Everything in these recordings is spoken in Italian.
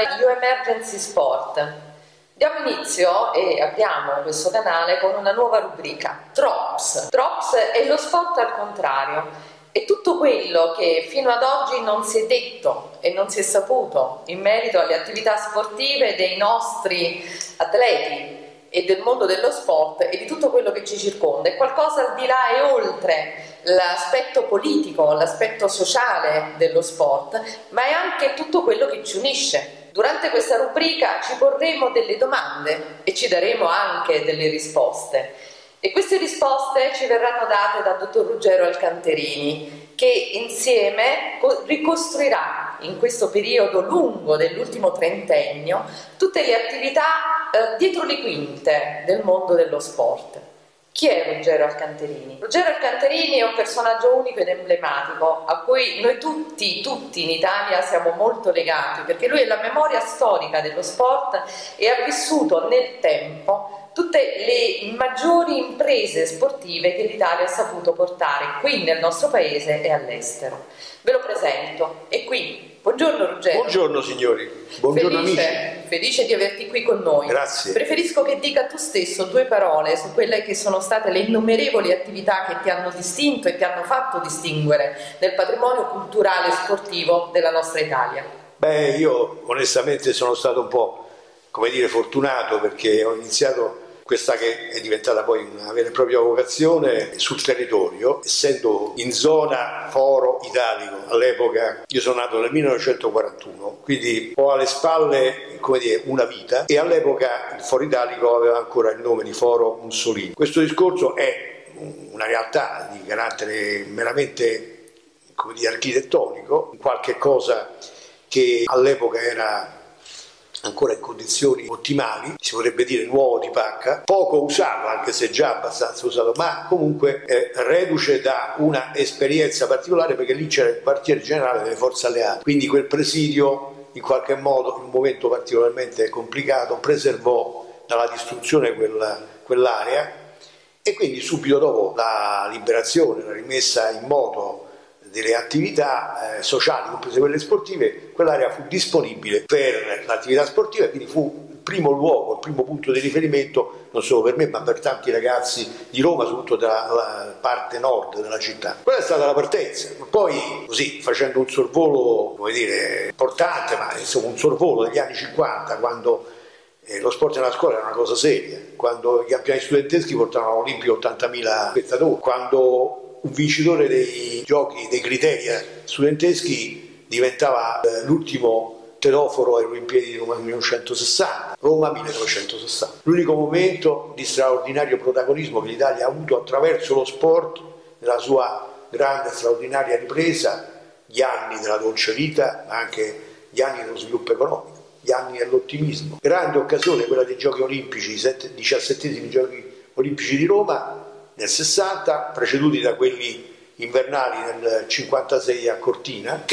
canale You Emergency Sport. Diamo inizio e apriamo questo canale con una nuova rubrica, Drops. Drops è lo sport al contrario. È tutto quello che fino ad oggi non si è detto e non si è saputo in merito alle attività sportive dei nostri atleti e del mondo dello sport e di tutto quello che ci circonda. È qualcosa al di là e oltre l'aspetto politico, l'aspetto sociale dello sport, ma è anche tutto quello che ci unisce. Durante questa rubrica ci porremo delle domande e ci daremo anche delle risposte. E queste risposte ci verranno date dal dottor Ruggero Alcanterini, che insieme ricostruirà in questo periodo lungo dell'ultimo trentennio tutte le attività dietro le quinte del mondo dello sport. Chi è Ruggero Alcanterini? Ruggero Alcanterini è un personaggio unico ed emblematico a cui noi tutti in Italia siamo molto legati, perché lui è la memoria storica dello sport e ha vissuto nel tempo tutte le maggiori imprese sportive che l'Italia ha saputo portare qui nel nostro paese e all'estero. Ve lo presento, è qui. Buongiorno Ruggero. Buongiorno signori, buongiorno amici. Felice di averti qui con noi. Grazie. Preferisco che dica tu stesso due parole su quelle che sono state le innumerevoli attività che ti hanno distinto e ti hanno fatto distinguere nel patrimonio culturale e sportivo della nostra Italia. Beh, io onestamente sono stato un po', fortunato, perché ho iniziato questa che è diventata poi una vera e propria vocazione sul territorio, essendo in zona Foro Italico. All'epoca io sono nato nel 1941, quindi ho alle spalle una vita, e all'epoca il Foro Italico aveva ancora il nome di Foro Mussolini. Questo discorso è una realtà di carattere meramente architettonico, qualche cosa che all'epoca era ancora in condizioni ottimali, si potrebbe dire nuovo di pacca, poco usato, anche se già abbastanza usato, ma comunque reduce da una esperienza particolare, perché lì c'era il quartier generale delle forze alleate, quindi quel presidio in qualche modo in un momento particolarmente complicato preservò dalla distruzione quell'area, e quindi subito dopo la liberazione, la rimessa in moto delle attività sociali, comprese quelle sportive, quell'area fu disponibile per l'attività sportiva, quindi fu il primo luogo, il primo punto di riferimento, non solo per me ma per tanti ragazzi di Roma, soprattutto dalla parte nord della città. Quella è stata la partenza. Poi, così, facendo un sorvolo importante, ma insomma un sorvolo degli anni 50, quando lo sport nella scuola era una cosa seria, quando i campionati studenteschi portavano all'Olimpico 80.000 spettatori, quando un vincitore dei giochi, dei criteri studenteschi diventava l'ultimo teloforo alle Olimpiadi di Roma 1960, Roma 1960. L'unico momento di straordinario protagonismo che l'Italia ha avuto attraverso lo sport, nella sua grande e straordinaria ripresa, gli anni della dolce vita, ma anche gli anni dello sviluppo economico, gli anni dell'ottimismo. Grande occasione quella dei Giochi Olimpici, i 17esimi Giochi Olimpici di Roma, nel 60, preceduti da quelli invernali nel 56 a Cortina,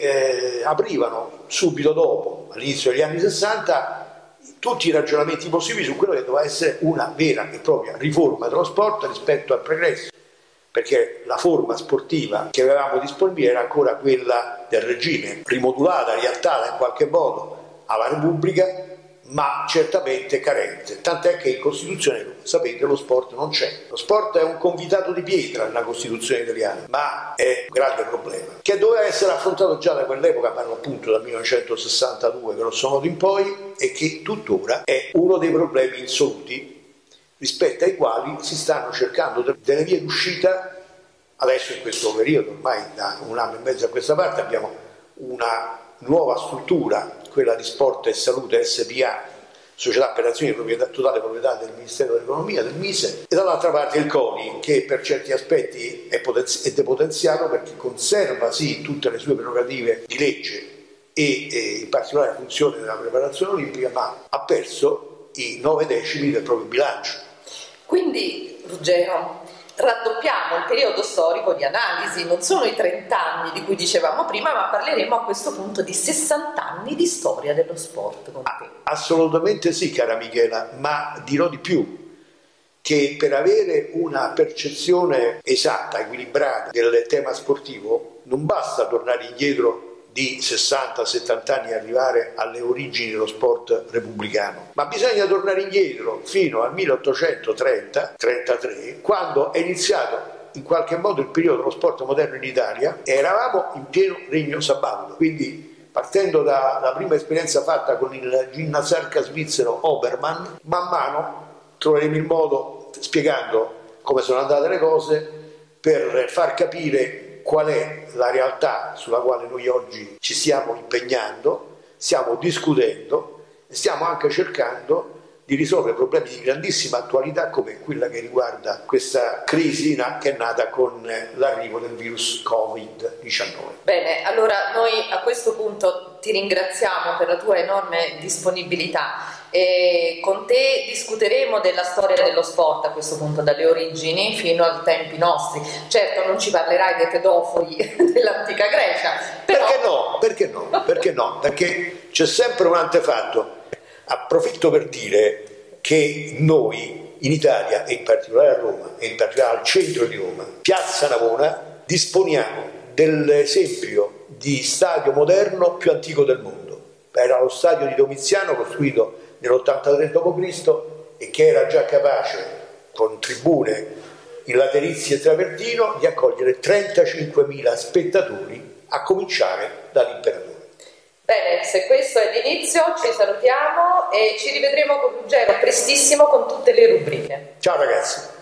che aprivano subito dopo, all'inizio degli anni 60, tutti i ragionamenti possibili su quello che doveva essere una vera e propria riforma dello sport rispetto al pregresso, perché la forma sportiva che avevamo disponibile era ancora quella del regime, rimodulata, riattata in qualche modo alla Repubblica, ma certamente carente, tant'è che in Costituzione, sapete, lo sport non c'è. Lo sport è un convitato di pietra nella Costituzione italiana, ma è un grande problema, che doveva essere affrontato già da quell'epoca, parlo appunto dal 1962, grosso modo in poi, e che tuttora è uno dei problemi insoluti, rispetto ai quali si stanno cercando delle vie d'uscita. Adesso in questo periodo, ormai da un anno e mezzo a questa parte, abbiamo una nuova struttura, quella di Sport e Salute SpA, Società per Azioni di totale proprietà del Ministero dell'Economia, del Mise, e dall'altra parte il CONI, che per certi aspetti è depotenziato, perché conserva sì tutte le sue prerogative di legge e in particolare funzione della preparazione olimpica, ma ha perso i 9 decimi del proprio bilancio. Quindi, Ruggero, raddoppiamo il periodo storico di analisi, non sono i 30 anni di cui dicevamo prima, ma parleremo a questo punto di 60 anni di storia dello sport con te. Assolutamente sì, cara Michela, ma dirò di più, che per avere una percezione esatta, equilibrata del tema sportivo, non basta tornare indietro di 60-70 anni arrivare alle origini dello sport repubblicano, ma bisogna tornare indietro fino al 1830-33, quando è iniziato in qualche modo il periodo dello sport moderno in Italia e eravamo in pieno regno sabbatico. Quindi, partendo dalla prima esperienza fatta con il ginnasarca svizzero Obermann, man mano troveremo il modo, spiegando come sono andate le cose, per far capire qual è la realtà sulla quale noi oggi ci stiamo impegnando, stiamo discutendo e stiamo anche cercando di risolvere problemi di grandissima attualità come quella che riguarda questa crisi che è nata con l'arrivo del virus Covid-19. Bene, allora noi a questo punto ti ringraziamo per la tua enorme disponibilità e con te discuteremo della storia dello sport a questo punto, dalle origini fino ai tempi nostri. Certo, non ci parlerai dei tedofori dell'antica Grecia, però... Perché no? Perché c'è sempre un antefatto. Approfitto per dire che noi in Italia, e in particolare a Roma, e in particolare al centro di Roma, Piazza Navona, disponiamo dell'esempio di stadio moderno più antico del mondo. Era lo stadio di Domiziano, costruito nell'83 d.C. e che era già capace, con tribune in laterizi e travertino, di accogliere 35.000 spettatori, a cominciare dall'imperatore. Bene, se questo è l'inizio ci salutiamo e ci rivedremo con Ruggero prestissimo con tutte le rubriche. Ciao ragazzi!